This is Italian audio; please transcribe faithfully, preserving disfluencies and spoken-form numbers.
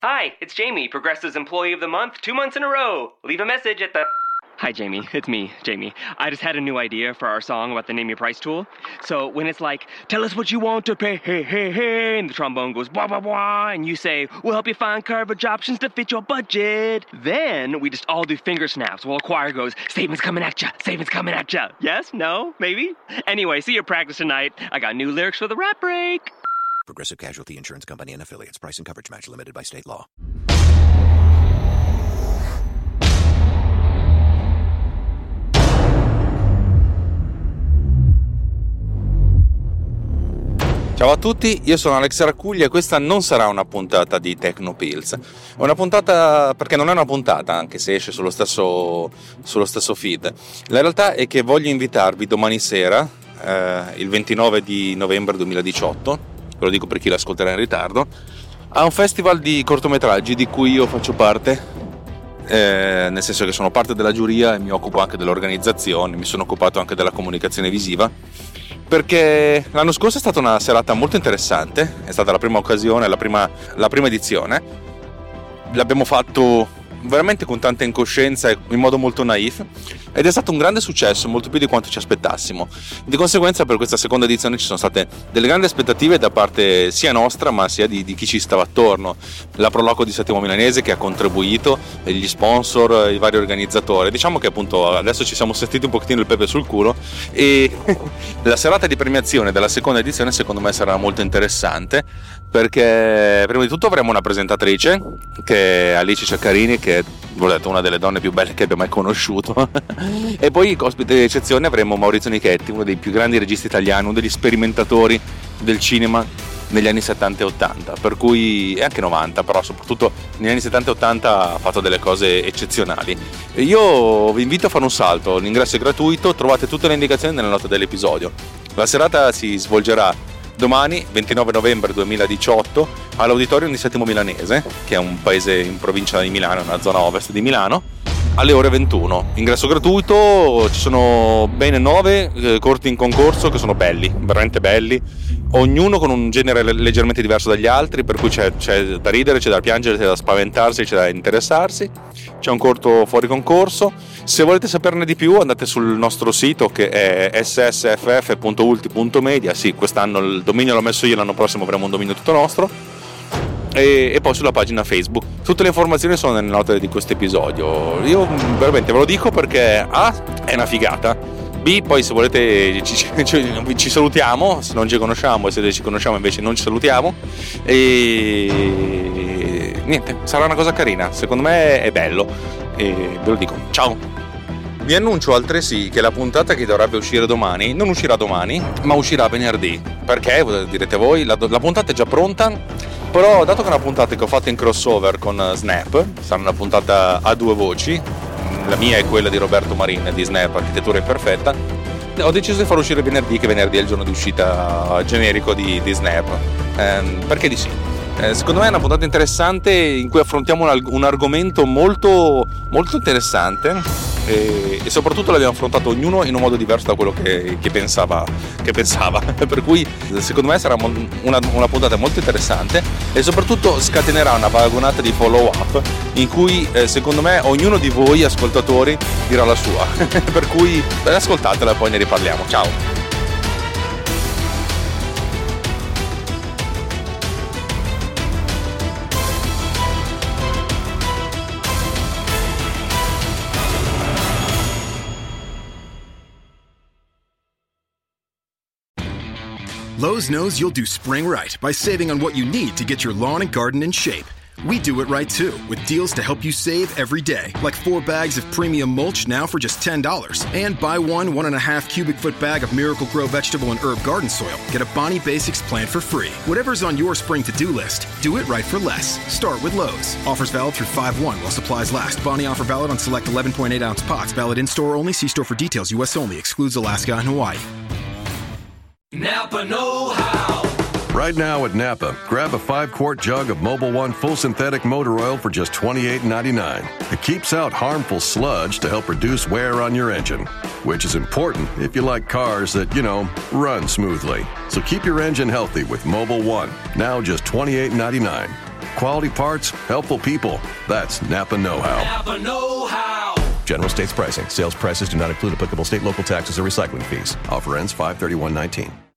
Hi, it's Jamie, Progressive's Employee of the Month, two months in a row. Leave a message at the... Hi, Jamie. It's me, Jamie. I just had a new idea for our song about the Name Your Price tool. So when it's like, tell us what you want to pay, hey, hey, hey, and the trombone goes, blah, blah, blah, and you say, we'll help you find coverage options to fit your budget. Then we just all do finger snaps while a choir goes, statements coming at ya, statements coming at ya. Yes? No? Maybe? Anyway, see your practice tonight. I got new lyrics for the rap break. Progressive Casualty Insurance Company and Affiliates. Price and coverage match limited by state law. Ciao a tutti, io sono Alex Raccuglia e questa non sarà una puntata di Tecnopills. È una puntata perché non è una puntata, anche se esce sullo stesso, sullo stesso feed. La realtà è che voglio invitarvi domani sera, eh, il ventinove di novembre duemiladiciotto, ve lo dico per chi l'ascolterà in ritardo, a un festival di cortometraggi di cui io faccio parte, eh, nel senso che sono parte della giuria e mi occupo anche dell'organizzazione, mi sono occupato anche della comunicazione visiva, perché l'anno scorso è stata una serata molto interessante, è stata la prima occasione, la prima, la prima edizione, l'abbiamo fatto veramente con tanta incoscienza e in modo molto naif ed è stato un grande successo, molto più di quanto ci aspettassimo. Di conseguenza per questa seconda edizione ci sono state delle grandi aspettative da parte sia nostra ma sia di, di chi ci stava attorno, la Proloco di Settimo Milanese che ha contribuito, gli sponsor, i vari organizzatori. Diciamo che appunto adesso ci siamo sentiti un pochettino il pepe sul culo e la serata di premiazione della seconda edizione secondo me sarà molto interessante, perché prima di tutto avremo una presentatrice che è Alice Ciaccarini, che è una delle donne più belle che abbia mai conosciuto e poi ospite di eccezione avremo Maurizio Nichetti, uno dei più grandi registi italiani, uno degli sperimentatori del cinema negli anni settanta e ottanta, per cui e anche novanta, però soprattutto negli anni settanta e ottanta ha fatto delle cose eccezionali. E io vi invito a fare un salto, l'ingresso è gratuito, trovate tutte le indicazioni nella nota dell'episodio. La serata si svolgerà domani, ventinove novembre duemiladiciotto, all'Auditorium di Settimo Milanese, che è un paese in provincia di Milano, una zona ovest di Milano, alle ore ventuno. Ingresso gratuito, ci sono ben nove eh, corti in concorso che sono belli, veramente belli, ognuno con un genere leggermente diverso dagli altri, per cui c'è, c'è da ridere, c'è da piangere, c'è da spaventarsi, c'è da interessarsi. C'è un corto fuori concorso. Se volete saperne di più andate sul nostro sito che è s s f f punto ulti punto media. Sì, quest'anno il dominio l'ho messo io, l'anno prossimo avremo un dominio tutto nostro. E, e poi sulla pagina Facebook. Tutte le informazioni sono nelle note di questo episodio. Io veramente ve lo dico perché A, è una figata, B, poi se volete ci, ci, ci salutiamo, se non ci conosciamo, e se ci conosciamo invece non ci salutiamo, e niente, sarà una cosa carina, secondo me è bello e ve lo dico. Ciao. Vi annuncio altresì che la puntata che dovrebbe uscire domani non uscirà domani, ma uscirà venerdì. Perché? Direte voi, la, la puntata è già pronta, però dato che è una puntata che ho fatto in crossover con Snap, sarà una puntata a due voci, la mia è quella di Roberto Marin di Snap, Architettura Imperfetta, ho deciso di far uscire venerdì, che venerdì è il giorno di uscita generico di, di Snap. Ehm, perché di sì? Eh, secondo me è una puntata interessante in cui affrontiamo un, un argomento molto, molto interessante e, e soprattutto l'abbiamo affrontato ognuno in un modo diverso da quello che, che pensava, che pensava. Per cui secondo me sarà una, una puntata molto interessante e soprattutto scatenerà una vagonata di follow up in cui eh, secondo me ognuno di voi ascoltatori dirà la sua. Per cui ascoltatela e poi ne riparliamo. Ciao. Lowe's knows you'll do spring right by saving on what you need to get your lawn and garden in shape. We do it right too, with deals to help you save every day, like four bags of premium mulch now for just ten dollars. And buy one, one and a half cubic foot bag of Miracle-Gro vegetable and herb garden soil. Get a Bonnie Basics plant for free. Whatever's on your spring to-do list, do it right for less. Start with Lowe's. Offers valid through five one while supplies last. Bonnie offer valid on select eleven point eight ounce pots. Valid in-store only. See store for details. U S only. Excludes Alaska and Hawaii. Napa know-how. Right now at Napa, grab a five-quart jug of Mobil one full synthetic motor oil for just twenty-eight ninety-nine. It keeps out harmful sludge to help reduce wear on your engine, which is important if you like cars that, you know, run smoothly. So keep your engine healthy with Mobil one, now just twenty-eight ninety-nine. Quality parts, helpful people. That's Napa know-how. Napa know-how. General States pricing. Sales prices do not include applicable state, local taxes, or recycling fees. Offer ends five thirty-one nineteen.